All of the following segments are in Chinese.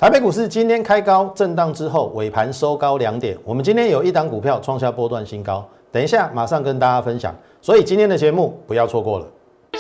台北股市今天开高震荡之后，尾盘收高2点。我们今天有一档股票创下波段新高，等一下马上跟大家分享。所以今天的节目不要错过了。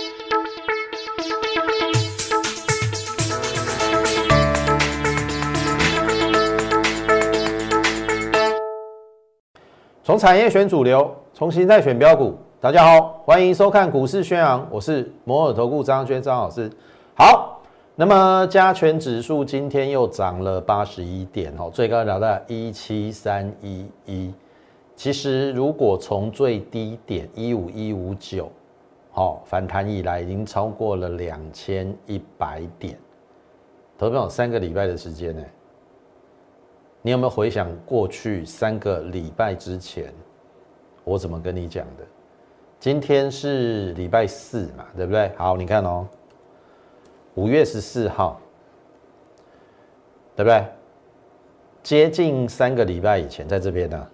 从产业选主流，从形态选标股。大家好，欢迎收看股市宣扬，我是摩尔投顾张轩张老师。好，那么加权指数今天又涨了81点，最高来到17311。其实如果从最低点15159，反弹以来已经超过了2100点，投票3个礼拜的时间呢。你有没有回想过去3个礼拜之前，我怎么跟你讲的？今天是礼拜4嘛，对不对？好，你看5月14号，对不对？接近3个礼拜以前，在这边呢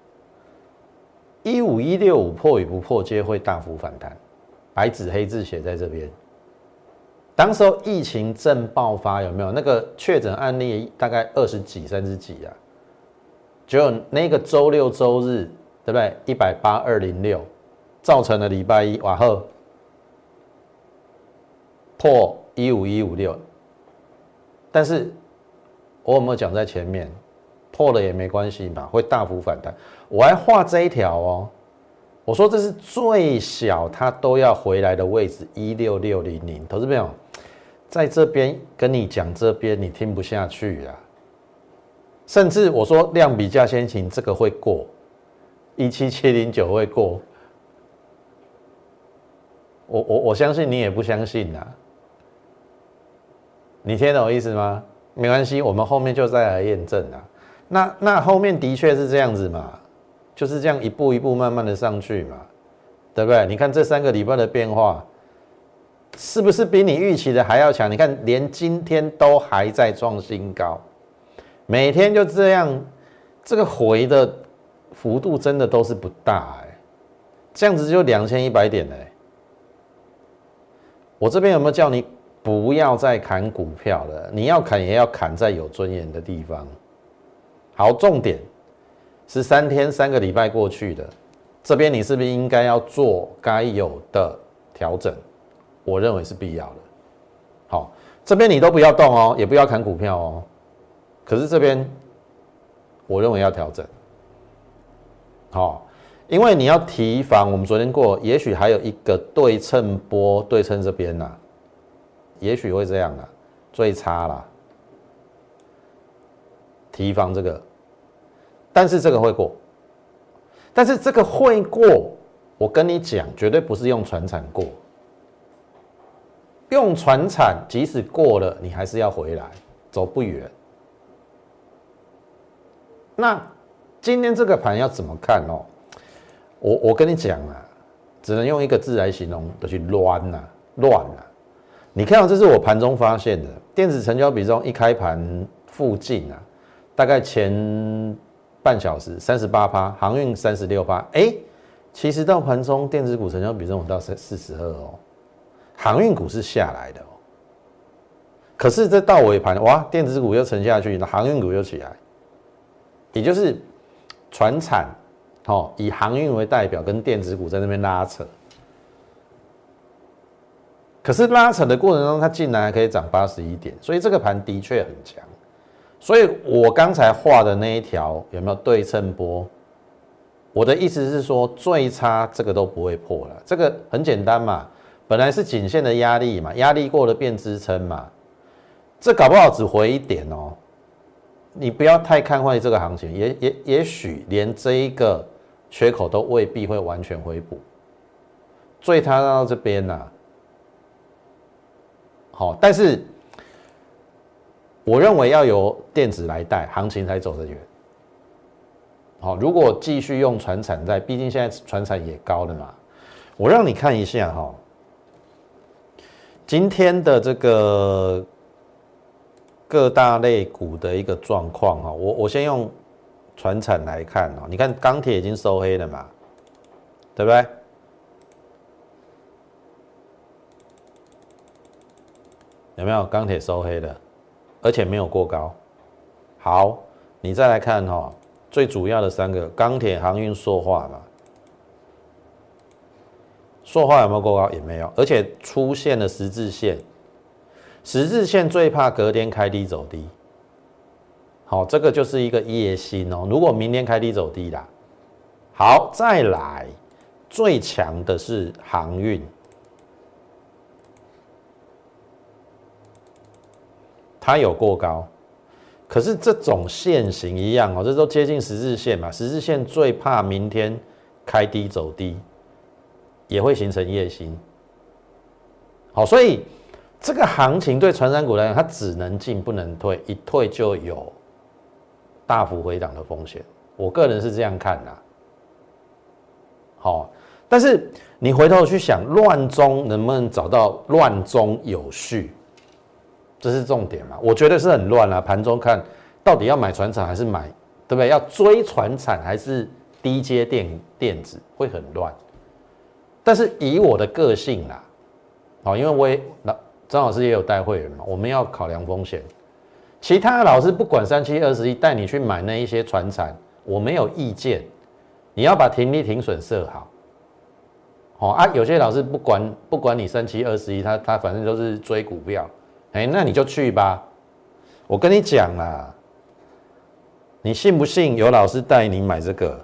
，15165破与不破皆会大幅反弹，白纸黑字写在这边。当时候疫情正爆发，有没有那个确诊案例大概20几、30几啊？只有那个周六周日，对不对？180-206，造成了礼拜一往后破15156。但是我有没有讲在前面？破了也没关系嘛，会大幅反弹。我还画这一条我说这是最小它都要回来的位置16600，投资朋友，在这边跟你讲这边你听不下去啊，甚至我说量比价先行这个会过17709会过，我相信你也不相信啊，你听懂我意思吗？没关系，我们后面就再来验证啊。那后面的确是这样子嘛，就是这样一步一步慢慢的上去嘛，对不对？你看这3个礼拜的变化，是不是比你预期的还要强？你看连今天都还在创新高，每天就这样，这个回的幅度真的都是不大这样子就2100点我这边有没有叫你不要再砍股票了？你要砍也要砍在有尊严的地方。好，重点13天3个礼拜过去的，这边你是不是应该要做该有的调整？我认为是必要的。好，这边你都不要动也不要砍股票可是这边我认为要调整。好，因为你要提防我们昨天过，也许还有一个对称波对称这边也许会这样最差啦。提防这个，但是这个会过，但是这个会过，我跟你讲，绝对不是用传产过，用传产即使过了，你还是要回来，走不远。那今天这个盘要怎么看我跟你讲只能用一个字来形容，就是乱你看这是我盘中发现的，电子成交比重一开盘附近大概前半小时38%，航运36%。其实到盘中电子股成交比重有到42航运股是下来的可是这到尾盘，哇，电子股又沉下去，航运股又起来，也就是传产以航运为代表，跟电子股在那边拉扯。可是拉扯的过程中，它竟然还可以涨81点，所以这个盘的确很强。所以我刚才画的那一条有没有对称波？我的意思是说，最差这个都不会破了，这个很简单嘛，本来是颈线的压力嘛，压力过了变支撑嘛，这搞不好只回一点你不要太看坏这个行情，也许连这一个缺口都未必会完全回补，最差到这边好，但是我认为要由电子来带，行情才走得远。好，如果继续用传产带，毕竟现在传产也高了嘛。我让你看一下今天的这个各大类股的一个状况我先用传产来看你看钢铁已经收黑了嘛，对不对？有没有钢铁收黑的，而且没有过高， 好，你再来看最主要的3个钢铁、航运、塑化嘛。塑化有没有过高？也没有，而且出现了十字线。十字线最怕隔天开低走低。好，这个就是一个夜星哦。如果明天开低走低啦，好，再来最强的是航运，它有过高，可是这种线型一样这都接近十字线嘛。十字线最怕明天开低走低，也会形成夜星。好，所以这个行情对传产股来讲，它只能进不能退，一退就有大幅回档的风险。我个人是这样看啦。好，但是你回头去想，乱中能不能找到乱中有序，这是重点嘛？我觉得是很乱啦。盘中看到底要买传产还是买，对不对？要追传产还是低阶电子，会很乱。但是以我的个性啦，好，因为我也张老师也有带会员嘛，我们要考量风险。其他的老师不管3721带你去买那一些传产，我没有意见。你要把停利停损设好，有些老师不管你3721，他反正都是追股票，那你就去吧。我跟你讲啦，你信不信有老师带你买这个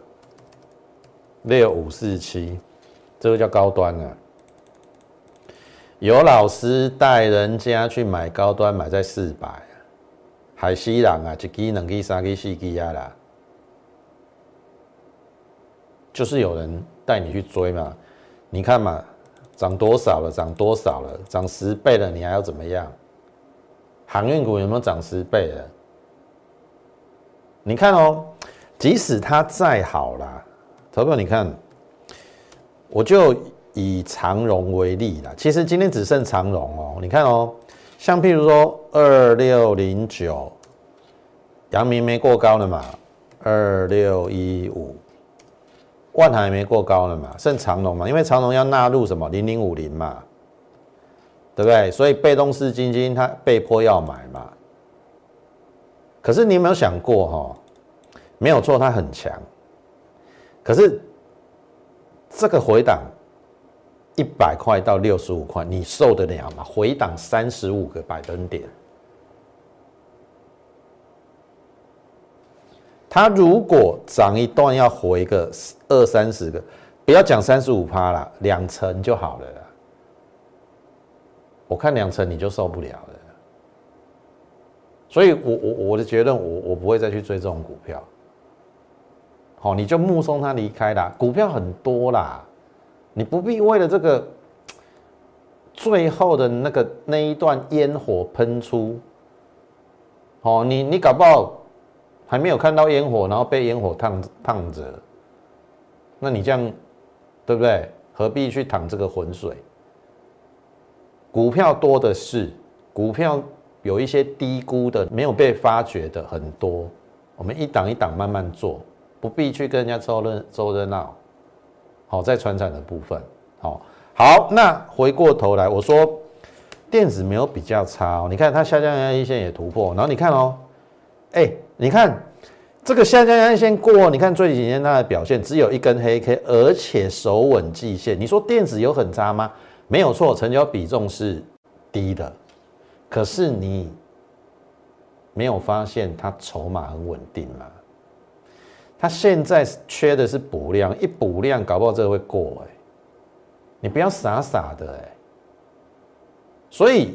6547，这个叫高端了。有老师带人家去买高端，买在400，害死人啊！1支、2支、3支、4支啦。就是有人带你去追嘛，你看嘛，涨多少了？涨多少了？涨10倍了，你还要怎么样？航运股有没有涨10倍了？你看即使它再好啦，投票你看，我就以长荣为例啦。其实今天只剩长荣你看像譬如说2609，阳明没过高了嘛，2615。万海没过高了嘛，剩长荣嘛，因为长荣要纳入什么0050嘛，对不对？所以被动式基金它被迫要买嘛。可是你有没有想过没有错，它很强，可是这个回档100块到65块，你受得了吗？回档35个百分点。它如果涨一段要回个20-30个，不要讲35%啦，2成就好了啦。我看2成你就受不了了。所以我的结论，我不会再去追这种股票。好，你就目送它离开啦。股票很多啦，你不必为了这个最后的那一段烟火喷出，你搞不好还没有看到烟火，然后被烟火烫着，那你这样对不对？何必去淌这个浑水？股票多的是，股票有一些低估的、没有被发掘的很多，我们一档一档慢慢做，不必去跟人家凑热闹。好，在传产的部分，好，那回过头来，我说电子没有比较差你看它下降压力线也突破，然后你看你看这个下降压力线过，你看最几天它的表现只有一根黑 K， 而且守稳季线。你说电子有很差吗？没有错，成交比重是低的，可是你没有发现它筹码很稳定吗？它现在缺的是补量，一补量搞不好这个会过你不要傻傻的所以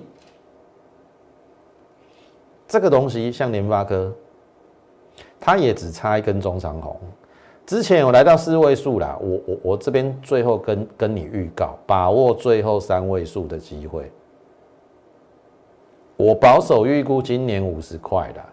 这个东西像联发科，它也只差一根中长红。之前有来到4位数啦，我这边最后跟你预告，把握最后3位数的机会。我保守预估今年50块啦，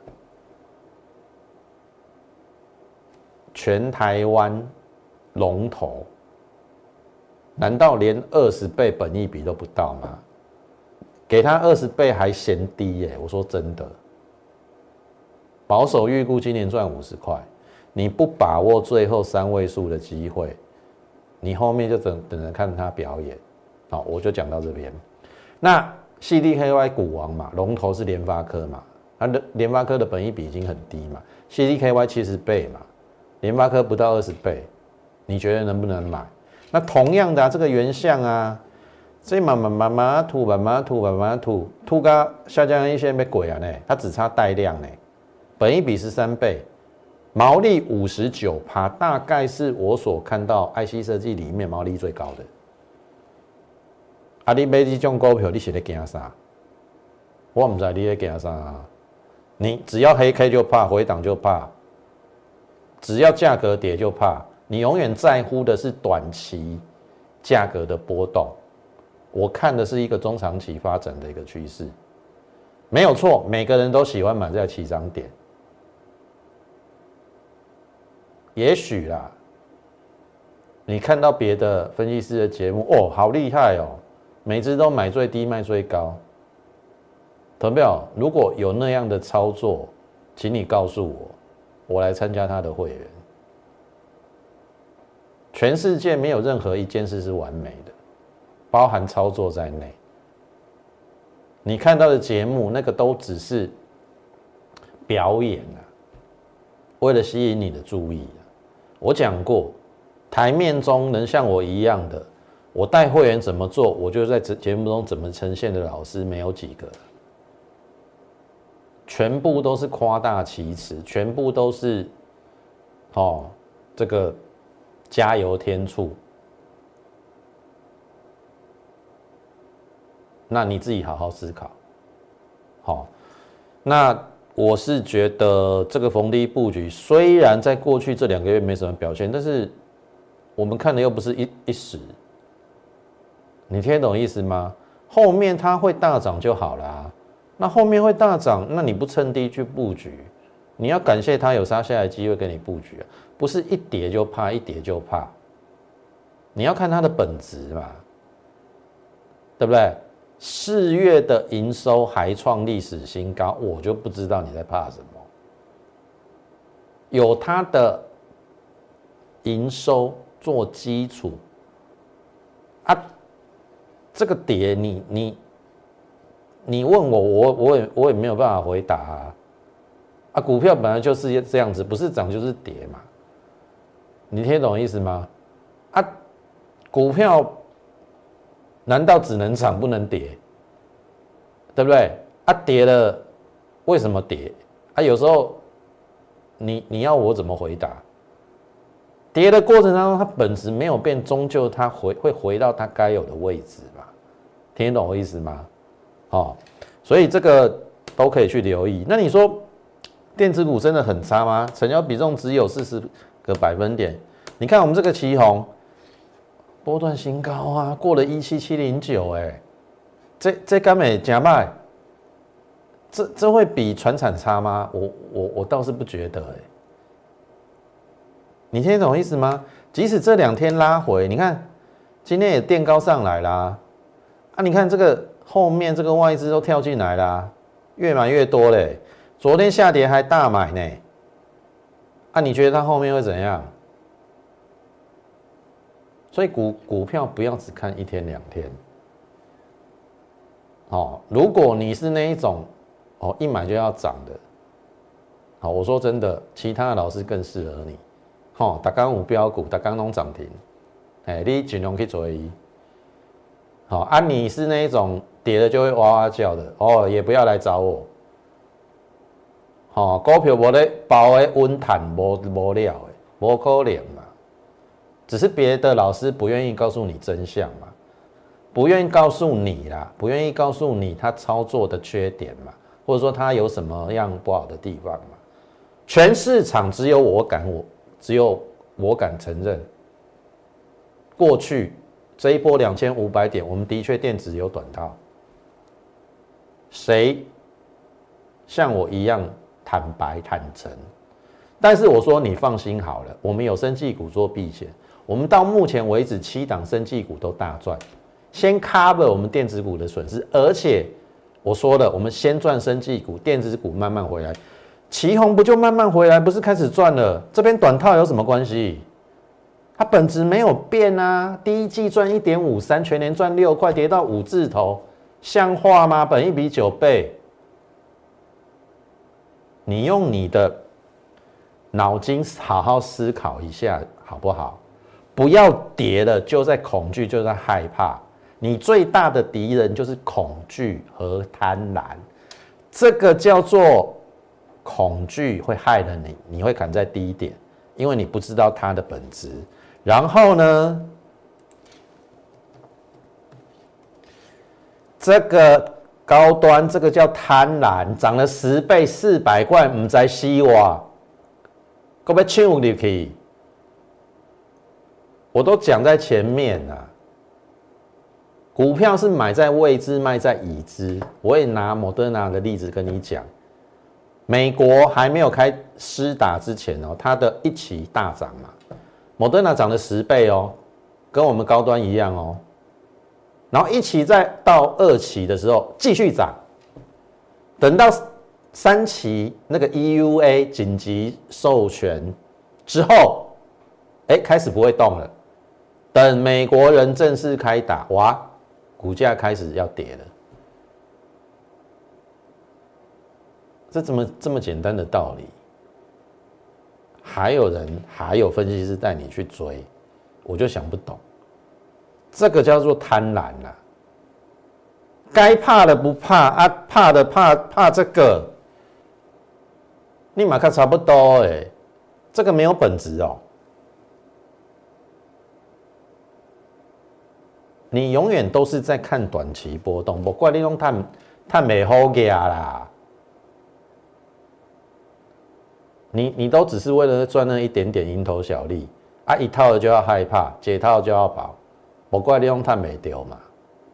全台湾龙头，难道连20倍本益比都不到吗？给他20倍还嫌低我说真的。保守预估今年赚50块，你不把握最后3位数的机会，你后面就等着看他表演。我就讲到这边。那 CDKY 股王嘛，龙头是联发科嘛， 联发科的本益比已经很低嘛 ，CDKY 70倍嘛，联发科不到20倍，你觉得能不能买？那同样的、这个原相啊，这慢慢吐到下降一些没鬼啊呢，它只差带量呢，本益比13倍，毛利59%，大概是我所看到 IC 设计里面毛利最高的。啊，你买这种股票，你是在惊啥？我不知道你在惊啥啊。你只要黑 K 就怕，回档就怕，只要价格跌就怕。你永远在乎的是短期价格的波动，我看的是一个中长期发展的一个趋势，没有错。每个人都喜欢买在起涨点，也许啦，你看到别的分析师的节目，哦，好厉害哦，每只都买最低卖最高。投票，如果有那样的操作，请你告诉我，我来参加他的会员。全世界没有任何一件事是完美的，包含操作在内。你看到的节目，那个都只是表演啊，为了吸引你的注意啊。我讲过，台面中能像我一样的，我带会员怎么做，我就在节目中怎么呈现的老师没有几个。全部都是夸大其词，全部都是这个加油添醋。那你自己好好思考。那我是觉得这个逢低布局，虽然在过去这2个月没什么表现，但是我们看的又不是一时，你听得懂意思吗？后面它会大涨就好啦。那后面会大涨，那你不趁低去布局，你要感谢它有杀下来的机会给你布局啊，不是一跌就怕，一跌就怕。你要看它的本质嘛，对不对？4月的营收还创历史新高，我就不知道你在怕什么。有它的营收做基础啊，这个跌你问我也没有办法回答啊。股票本来就是这样子，不是涨就是跌嘛。你听懂意思吗？啊，股票难道只能涨不能跌？对不对？啊，跌了为什么跌？啊，有时候你要我怎么回答？跌的过程当中，它本质没有变，终究它会回到它该有的位置嘛。听懂我意思吗？所以这个都可以去留意。那你说电子股真的很差吗？成交比重只有40个百分点。你看我们这个奇鋐波段新高啊，过了17709，这敢美假卖，这会比传产差吗？我倒是不觉得你听懂意思吗？即使这2天拉回，你看今天也垫高上来啦，啊，你看这个。后面这个外资都跳进来啦，越买越多嘞。昨天下跌还大买呢，啊，你觉得它后面会怎样？所以股票不要只看1天2天。如果你是那一种一买就要涨的，我说真的，其他的老师更适合你。大家有标股，大家都涨停，你尽量去追。你是那一种跌了就会哇哇叫的，也不要来找我。股票没得包的稳坦没料的，没可能嘛。只是别的老师不愿意告诉你真相嘛，不愿意告诉你啦，不愿意告诉你他操作的缺点嘛，或者说他有什么样不好的地方嘛。全市场只有我敢承认，过去。这一波2500点，我们的确电子有短套。谁像我一样坦白坦诚？但是我说你放心好了，我们有生技股做避险，我们到目前为止7档生技股都大赚，先 cover 我们电子股的损失，而且我说了，我们先赚生技股，电子股慢慢回来，奇鋐不就慢慢回来，不是开始赚了？这边短套有什么关系？它本质没有变啊，第一季赚1.53，全年赚6块，跌到5字头，像话吗？本益比9倍， 你用你的脑筋好好思考一下，好不好？不要跌了就在恐惧，就在害怕。你最大的敌人就是恐惧和贪婪，这个叫做恐惧会害了你，你会砍在低点，因为你不知道它的本质。然后呢，这个高端，这个叫贪婪，涨了10倍400块，不知死我，可不可以抢入去？我都讲在前面啊。股票是买在未知，卖在已知。我也拿莫德纳的例子跟你讲，美国还没有开施打之前哦，它的一期大涨嘛，莫德纳涨了10倍哦，跟我们高端一样哦。然后一期再到2期的时候继续涨，等到3期那个 EUA 紧急授权之后，开始不会动了。等美国人正式开打，哇，股价开始要跌了。这怎么这么简单的道理？还有分析师带你去追，我就想不懂。这个叫做贪婪啦，该怕的不怕啊，怕的怕这个，你马看差不多这个没有本质哦。你永远都是在看短期波动，不怪你拢探美好价啦。你都只是为了赚那一点点蝇头小利啊，一套了就要害怕，解套就要跑，不怪你用探美丢嘛，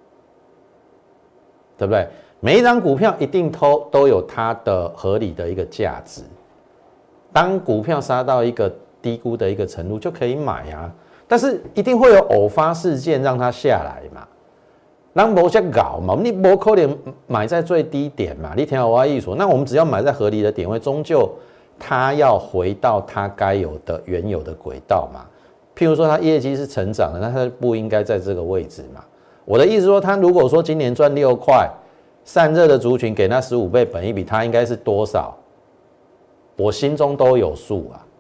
对不对？每一张股票一定都有它的合理的一个价值。当股票杀到一个低估的一个程度，就可以买啊。但是一定会有偶发事件让它下来嘛，咱无遮搞嘛，你不可能买在最低点嘛，你听我的意思。那我们只要买在合理的点位，终究它要回到它该有的原有的轨道嘛。譬如说它业绩是成长的，那它不应该在这个位置嘛。我的意思说，它如果说今年赚6块，散热的族群给那15倍本益比，它应该是多少？我心中都有数啊。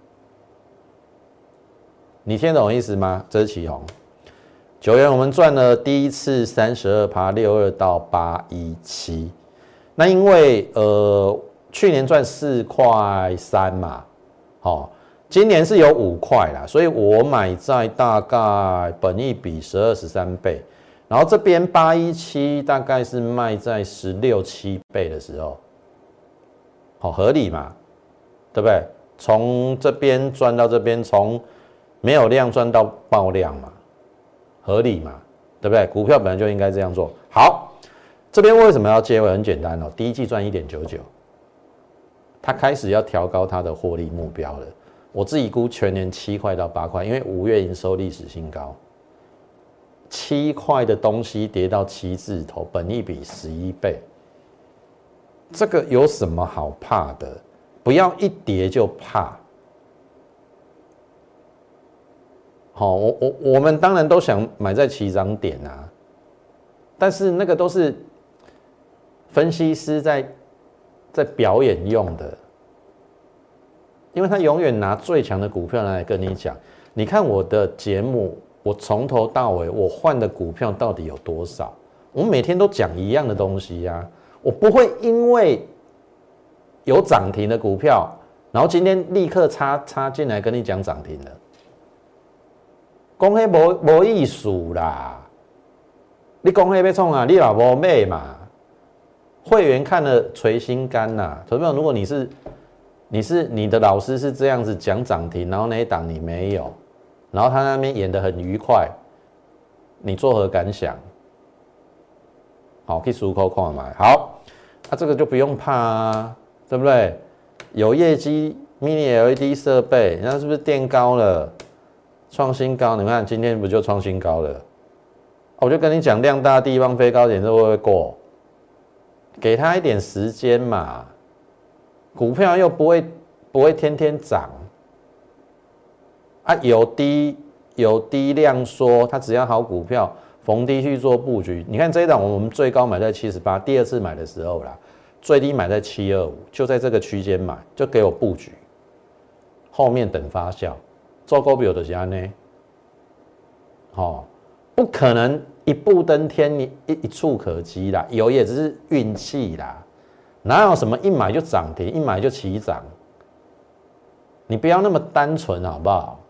你听懂意思吗？这是奇鋐9元，我们赚了第一次32%，62到817。那因为去年赚4.3块嘛，今年是有5块啦，所以我买在大概本益比12、13倍，然后这边817大概是卖在16、7倍的时候，合理嘛，对不对？从这边赚到这边，从没有量赚到爆量嘛，合理嘛，对不对？股票本来就应该这样做。好，这边为什么要接尾？很简单哦，第一季赚1.99，它开始要调高它的获利目标了。我自己估全年7块到8块，因为5月营收历史新高，7块的东西跌到7字头，本益比11倍，这个有什么好怕的？不要一跌就怕。我们当然都想买在起涨点啊，但是那个都是分析师在表演用的，因为他永远拿最强的股票来跟你讲。你看我的节目，我从头到尾我换的股票到底有多少？我每天都讲一样的东西啊，我不会因为有涨停的股票，然后今天立刻插进来跟你讲涨停了。讲迄无意思啦！你讲迄要创啊？你也无买嘛？会员看了捶心肝呐！投资者，如果你的老师是这样子讲涨停，然后那一档你没有，然后他那边演得很愉快，你作何感想？好，去思考看嘛。好，这个就不用怕啊，对不对？有业绩 ，mini LED 设备，人家是不是垫高了？创新高，你看今天不就创新高了？我就跟你讲，量大地方飞高点，这会不会过？给他一点时间嘛，股票又不会天天涨啊，有低量缩，它只要好股票逢低去做布局。你看这一档，我们最高买在78，第二次买的时候啦， 最低买在725，就在这个区间买，就给我布局，后面等发酵。做股票就是安尼，不可能一步登天，一触可及啦，有也只是运气啦，哪有什么一买就涨停，一买就起涨？你不要那么单纯好不好？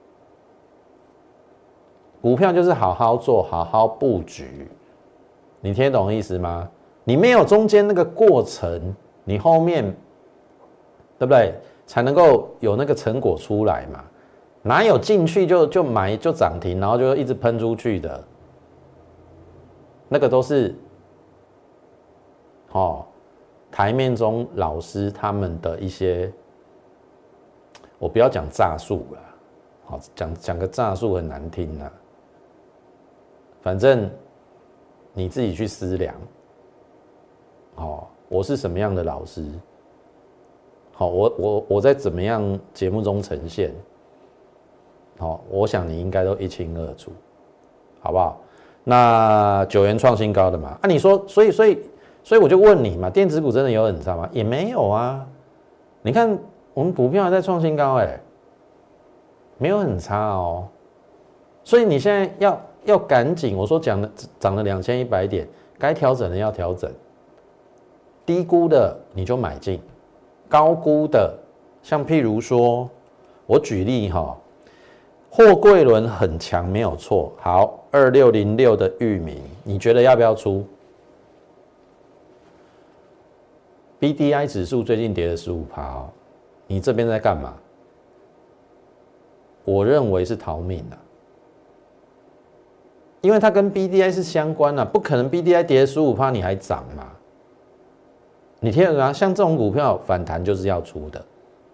股票就是好好做，好好布局，你听懂意思吗？你没有中间那个过程，你后面对不对？才能够有那个成果出来嘛？哪有进去就买就涨停，然后就一直喷出去的？那个都是台面中老师他们的一些，我不要讲诈术啦，讲个诈术很难听啦。反正你自己去思量，我是什么样的老师？我在怎么样节目中呈现？我想你应该都一清二楚，好不好？那9元创新高的嘛，你说，所以我就问你嘛，电子股真的有很差吗？也没有啊。你看我们股票还在创新高，没有很差哦。所以你现在要赶紧，我说涨了2100点，该调整的要调整，低估的你就买进，高估的，像譬如说，我举例货柜轮很强没有错，好，2606的裕民，你觉得要不要出 ？BDI 指数最近跌了15%，你这边在干嘛？我认为是逃命的，因为它跟 BDI 是相关的，不可能 BDI 跌15%你还涨嘛？你听得懂吗？像这种股票反弹就是要出的。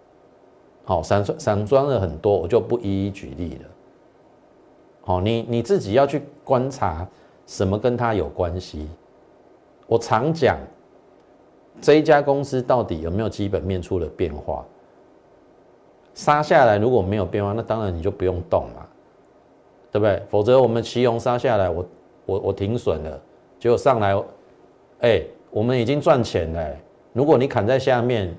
散装了很多，我就不一一举例了。你自己要去观察什么跟它有关系。我常讲，这一家公司到底有没有基本面出了变化？杀下来如果没有变化，那当然你就不用动嘛，对不对？否则我们奇鋐杀下来，我停损了，结果上来，我们已经赚钱了。如果你砍在下面，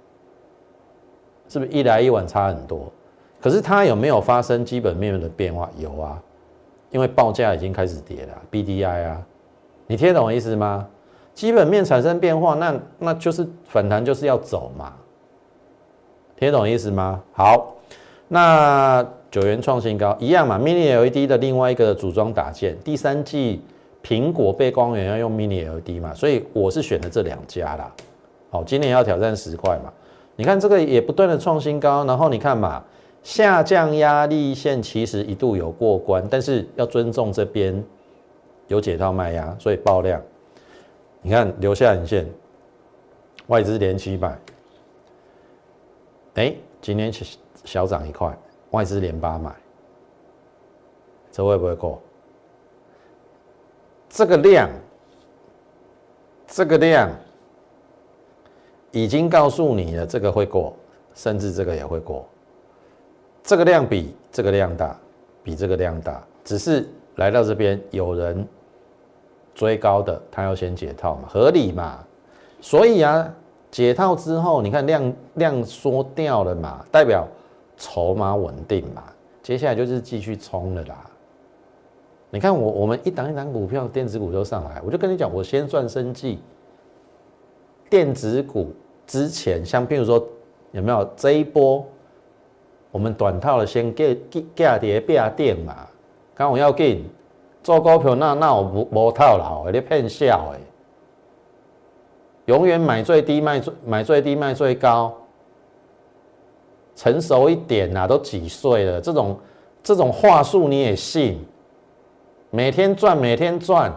是不是一来一往差很多？可是它有没有发生基本面的变化？有啊，因为报价已经开始跌了 ，BDI 啊，你听懂我意思吗？基本面产生变化，那就是反弹就是要走嘛，听懂意思吗？好，那9元创新高一样嘛 ，Mini LED 的另外一个组装打件，第3季苹果背光源要用 Mini LED 嘛，所以我是选的这2家啦。好，今年要挑战10块嘛。你看这个也不断的创新高，然后你看嘛，下降压力线其实一度有过关，但是要尊重这边有解套卖压，所以爆量。你看留下影线，外资连7买，今天小涨1块，外资连8买，这会不会够？这个量已经告诉你了，这个会过，甚至这个也会过。这个量比这个量大，比这个量大，只是来到这边有人追高的，他要先解套嘛，合理嘛。所以啊，解套之后，你看量缩掉了嘛，代表筹码稳定嘛，接下来就是继续冲了啦。你看我们一档一档股票，电子股都上来，我就跟你讲，我先赚生技。电子股之前，像譬如说有没有这一波，我们短套的先价跌变定嘛，刚我要紧做股票那有无套牢的，你骗笑的，永远买最低买最低卖最高，成熟一点啦，都几岁了，这种话术你也信？每天赚，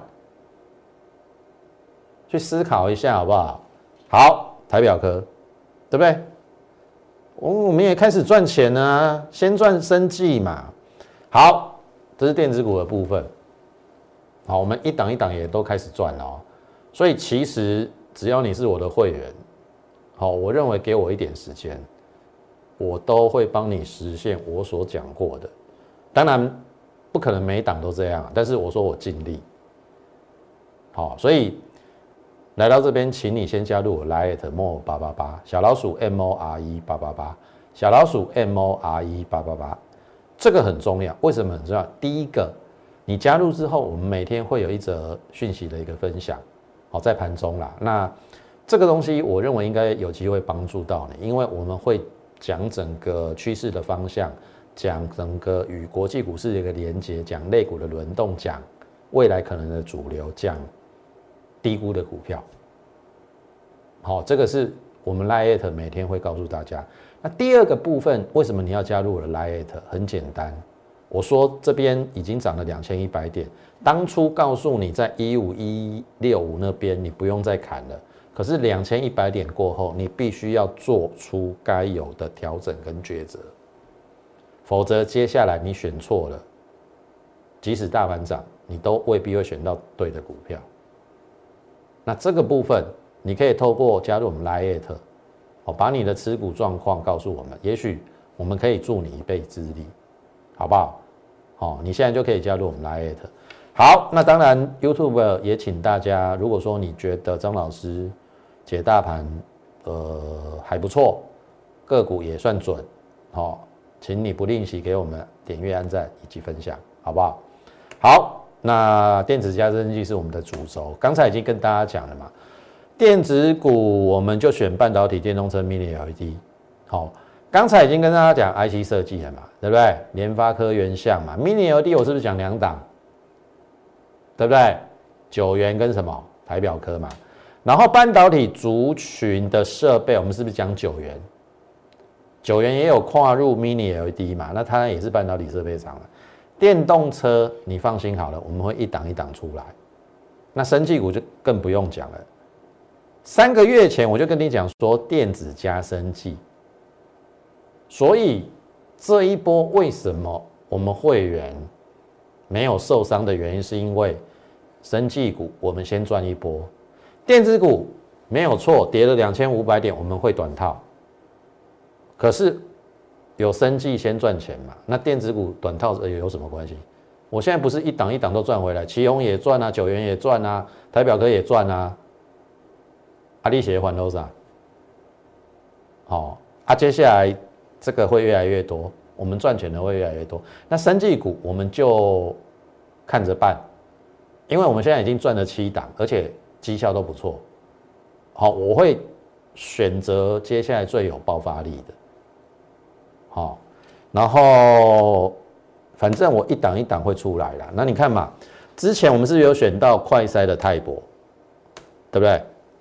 去思考一下好不好？好，台表科，对不对？我们也开始赚钱了啊，先赚生技嘛。好，这是电子股的部分。好，我们一档一档也都开始赚了哦。所以其实只要你是我的会员，好，我认为给我一点时间，我都会帮你实现我所讲过的。当然不可能每一档都这样，但是我说我尽力。好，所以来到这边，请你先加入我 Line @more888小老鼠 MORE888小老鼠 MORE888，这个很重要。为什么很重要？第一个，你加入之后，我们每天会有一则讯息的一个分享，好，在盘中啦。那这个东西，我认为应该有机会帮助到你，因为我们会讲整个趋势的方向，讲整个与国际股市的一个连结，讲类股的轮动，讲未来可能的主流，讲低估的股票。好，这个是我们 Line 每天会告诉大家。那第二个部分，为什么你要加入我的 Line？ 很简单，我说这边已经涨了2100点，当初告诉你在15165那边你不用再砍了，可是2100点过后，你必须要做出该有的调整跟抉择，否则接下来你选错了，即使大盘涨，你都未必会选到对的股票。那这个部分，你可以透过加入我们 Line， 把你的持股状况告诉我们，也许我们可以助你一臂之力，好不好？好，你现在就可以加入我们 Line。好，那当然 YouTube 也请大家，如果说你觉得张老师解大盘还不错，个股也算准，请你不吝惜给我们点阅、按赞以及分享，好不好？好，那电子加增剂是我们的主轴，刚才已经跟大家讲了嘛。电子股我们就选半导体、电动车、Mini LED。好，刚才已经跟大家讲 IC 设计了嘛，对不对？联发科、原相嘛 ，Mini LED 我是不是讲2档？对不对？9元跟什么台表科嘛。然后半导体族群的设备，我们是不是讲9元？9元也有跨入 Mini LED 嘛，那它也是半导体设备厂了。电动车你放心好了，我们会一档一档出来。那生技股就更不用讲了。3个月前我就跟你讲说电子加生技，所以这一波为什么我们会员没有受伤的原因，是因为生技股我们先赚一波，电子股没有错，跌了2500点我们会短套，可是有生技先赚钱嘛，那电子股短套有什么关系？我现在不是一档一档都赚回来，奇鋐也赚啊，9元也赚啊，台表科也赚啊。你写还多少？好，接下来这个会越来越多，我们赚钱的会越来越多。那生技股我们就看着办，因为我们现在已经赚了7档，而且绩效都不错。好，我会选择接下来最有爆发力的。好，然后反正我一档一档会出来啦。那你看嘛，之前我们是有选到快筛的泰博，对不对？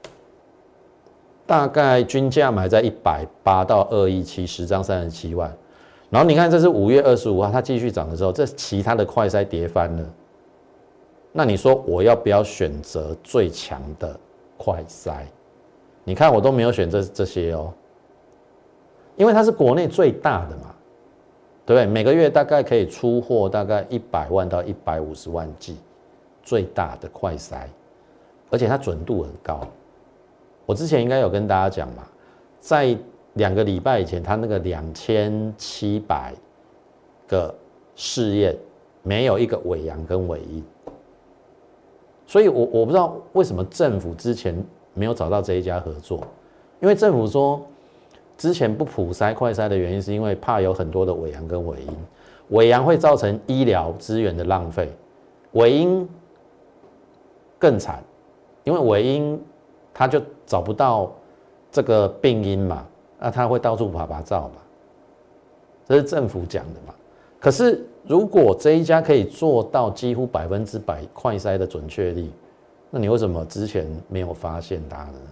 大概均价买在180到217，10张37万。然后你看，这是5月25号，它继续涨的时候，这其他的快筛跌翻了。那你说我要不要选择最强的快筛？你看我都没有选这些哦，因为它是国内最大的嘛，对不对？每个月大概可以出货大概100万到150万剂，最大的快筛，而且它准度很高。我之前应该有跟大家讲嘛，在2个礼拜以前，他那个2700个试验没有一个伪阳跟伪阴，所以我不知道为什么政府之前没有找到这一家合作，因为政府说之前不普筛快筛的原因是因为怕有很多的伪阳跟伪阴，伪阳会造成医疗资源的浪费，伪阴更惨，因为伪阴他就找不到这个病因嘛，那他会到处爬照嘛，这是政府讲的嘛。可是如果这一家可以做到几乎100%快筛的准确率，那你为什么之前没有发现它呢？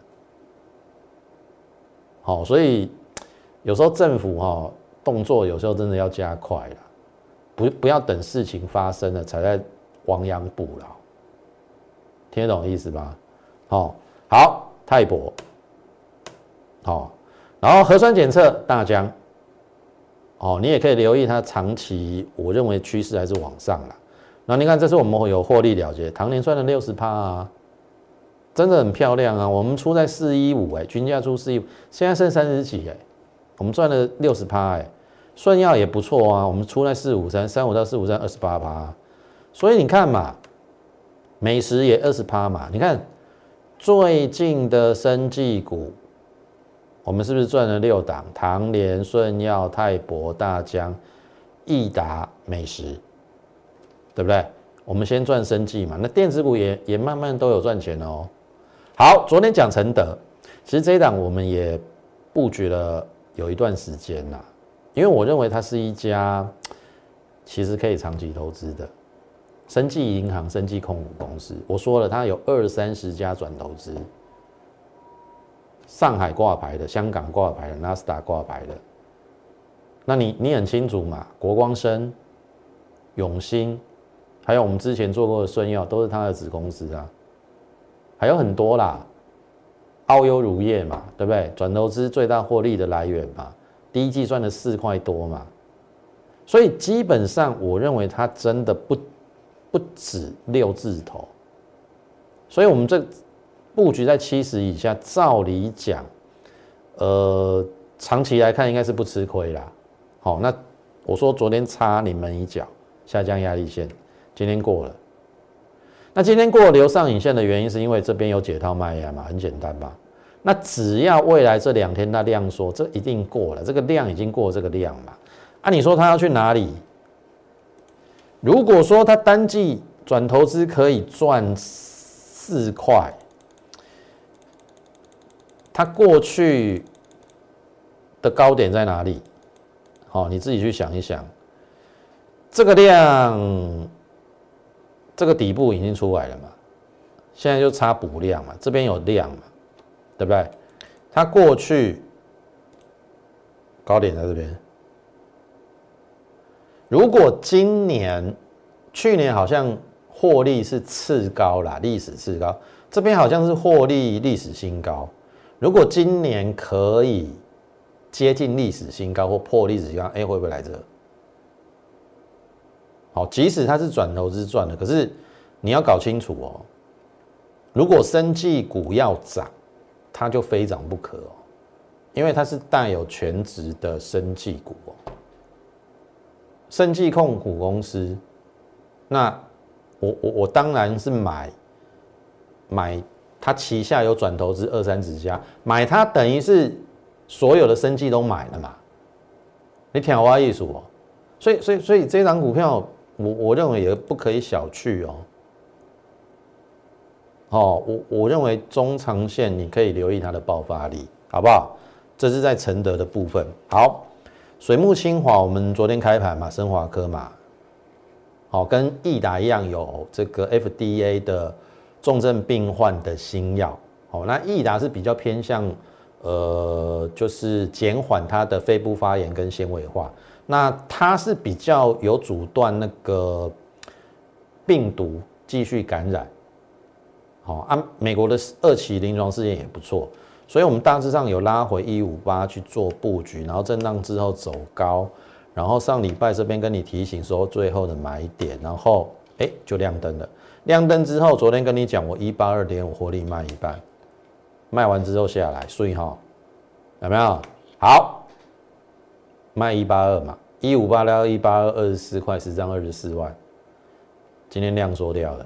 好，所以有时候政府动作有时候真的要加快啦，不要等事情发生了才在亡羊补牢，听得懂意思吧？好，泰博，然后核酸检测大疆，你也可以留意它长期，我认为趋势还是往上啦。然后你看，这是我们有获利了结，唐年赚了60%啊，真的很漂亮啊。我们出在415，均价出415，现在剩30几我们赚了60%顺药也不错啊，我们出在453，35到453 28%，所以你看嘛，美食也20%嘛，你看。 最近的生技股，我们是不是赚了6档？唐联、顺耀、泰博、大江、益达、美食，对不对？我们先赚生技嘛，那电子股也慢慢都有赚钱哦。好，昨天讲承德，其实这一档我们也布局了有一段时间啦，因为我认为它是一家其实可以长期投资的生技银行、生技控股公司。我说了，它有20-30家转投资，上海挂牌的、香港挂牌的、纳斯达挂牌的。那你很清楚嘛？国光生、永兴，还有我们之前做过的顺耀，都是它的子公司啊。还有很多啦，澳优乳业嘛，对不对？转投资最大获利的来源嘛，第一季赚了4块多嘛，所以基本上我认为它真的不止6字头，所以我们这布局在70以下，照理讲，长期来看应该是不吃亏啦。好，那我说昨天插你们一脚，下降压力线，今天过了。那今天过留上影线的原因，是因为这边有解套卖压嘛，很简单吧？那只要未来这2天它量缩，这一定过了，这个量已经过这个量嘛。啊，你说它要去哪里？如果说它单季转投资可以赚4块，它过去的高点在哪里？好，你自己去想一想，这个量。这个底部已经出来了嘛，现在就差补量嘛，这边有量嘛，对不对？它过去高点在这边，如果去年好像获利是次高啦，历史次高，这边好像是获利历史新高。如果今年可以接近历史新高或破历史新高，会不会来这个？好，即使它是转投资赚的，可是你要搞清楚哦，如果生技股要涨，它就非涨不可哦，因为它是带有全值的生技股哦，生技控股公司，那我当然是买它旗下有转投资20-30家，买它等于是所有的生技都买了嘛，你听我意思哦，所以这张股票。我认为也不可以小觑哦。我认为中长线你可以留意它的爆发力，好不好？这是在承德的部分。好，水木清华我们昨天开盘嘛，生华科嘛，好，跟益达一样有这个 FDA 的重症病患的新药。好，那益达是比较偏向就是减缓它的肺部发炎跟纤维化。那它是比较有阻断那个病毒继续感染，美国的2期临床试验也不错，所以我们大致上有拉回158去做布局，然后震荡之后走高，然后上礼拜这边跟你提醒说最后的买点，然后就亮灯了，亮灯之后昨天跟你讲我182.5获利卖一半，卖完之后下来，所以有没有？好。卖182嘛，158到182 24块，10张24万，今天量缩掉了，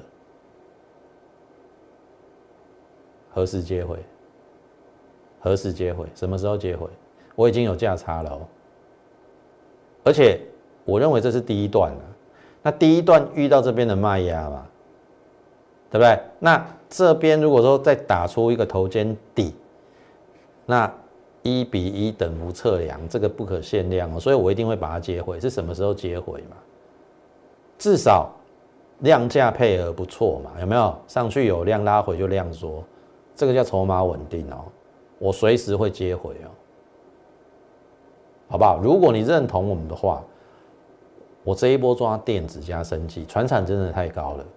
何时接回？何时接回？什么时候接回？我已经有价差了哦，而且我认为这是第一段了，那第一段遇到这边的卖压嘛，对不对？那这边如果说再打出一个头肩底，那1:1等幅测量，这个不可限量哦，所以我一定会把它接回。是什么时候接回嘛？至少量价配合不错嘛，有没有？上去有量拉回就量缩，这个叫筹码稳定哦。我随时会接回哦，好不好？如果你认同我们的话，我这一波抓电子加生技，传产真的太高了。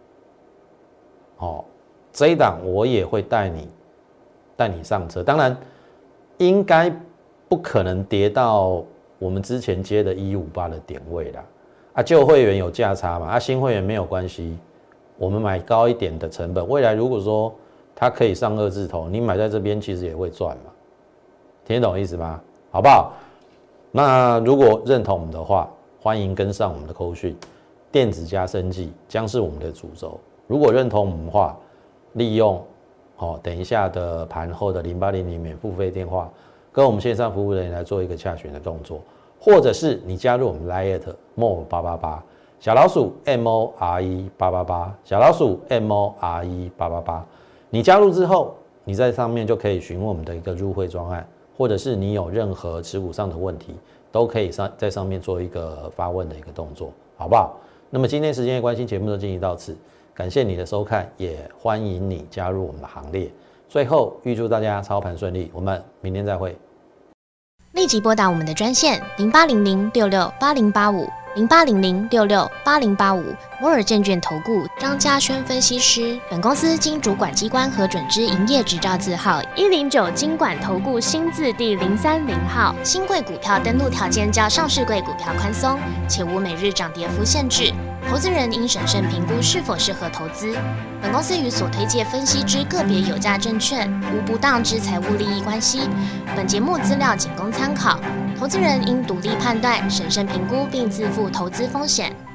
这一档我也会带你上车，当然。应该不可能跌到我们之前接的158的点位啦。旧会员有价差嘛，新会员没有关系，我们买高一点的成本，未来如果说它可以上2字头，你买在这边其实也会赚嘛，听得懂意思吗？好不好？那如果认同我们的话，欢迎跟上我们的扣讯，电子加生技将是我们的主轴。如果认同我们的话，利用等一下的盘后的0800免付费电话，跟我们线上服务人员来做一个洽询的动作，或者是你加入我们 Line @more888小老鼠 MORE888小老鼠 MORE888，你加入之后，你在上面就可以询问我们的一个入会专案，或者是你有任何持股上的问题，都可以在上面做一个发问的一个动作，好不好？那么今天时间的关系，节目就进行到此，感谢你的收看，也欢迎你加入我们的行列。最后预祝大家操盘顺利，我们明天再会。 立即拨打我们的专线08006680850800668085摩尔证券投顾张嘉轩分析师。本公司经主管机关核准之营业执照字号109金管投顾新字第030号。新贵股票登录条件较上市贵股票宽松，且无每日涨跌幅限制。投资人应审慎评估是否适合投资。本公司与所推介分析之个别有价证券无不当之财务利益关系。本节目资料仅供参考，投资人应独立判断、审慎评估并自负投资风险。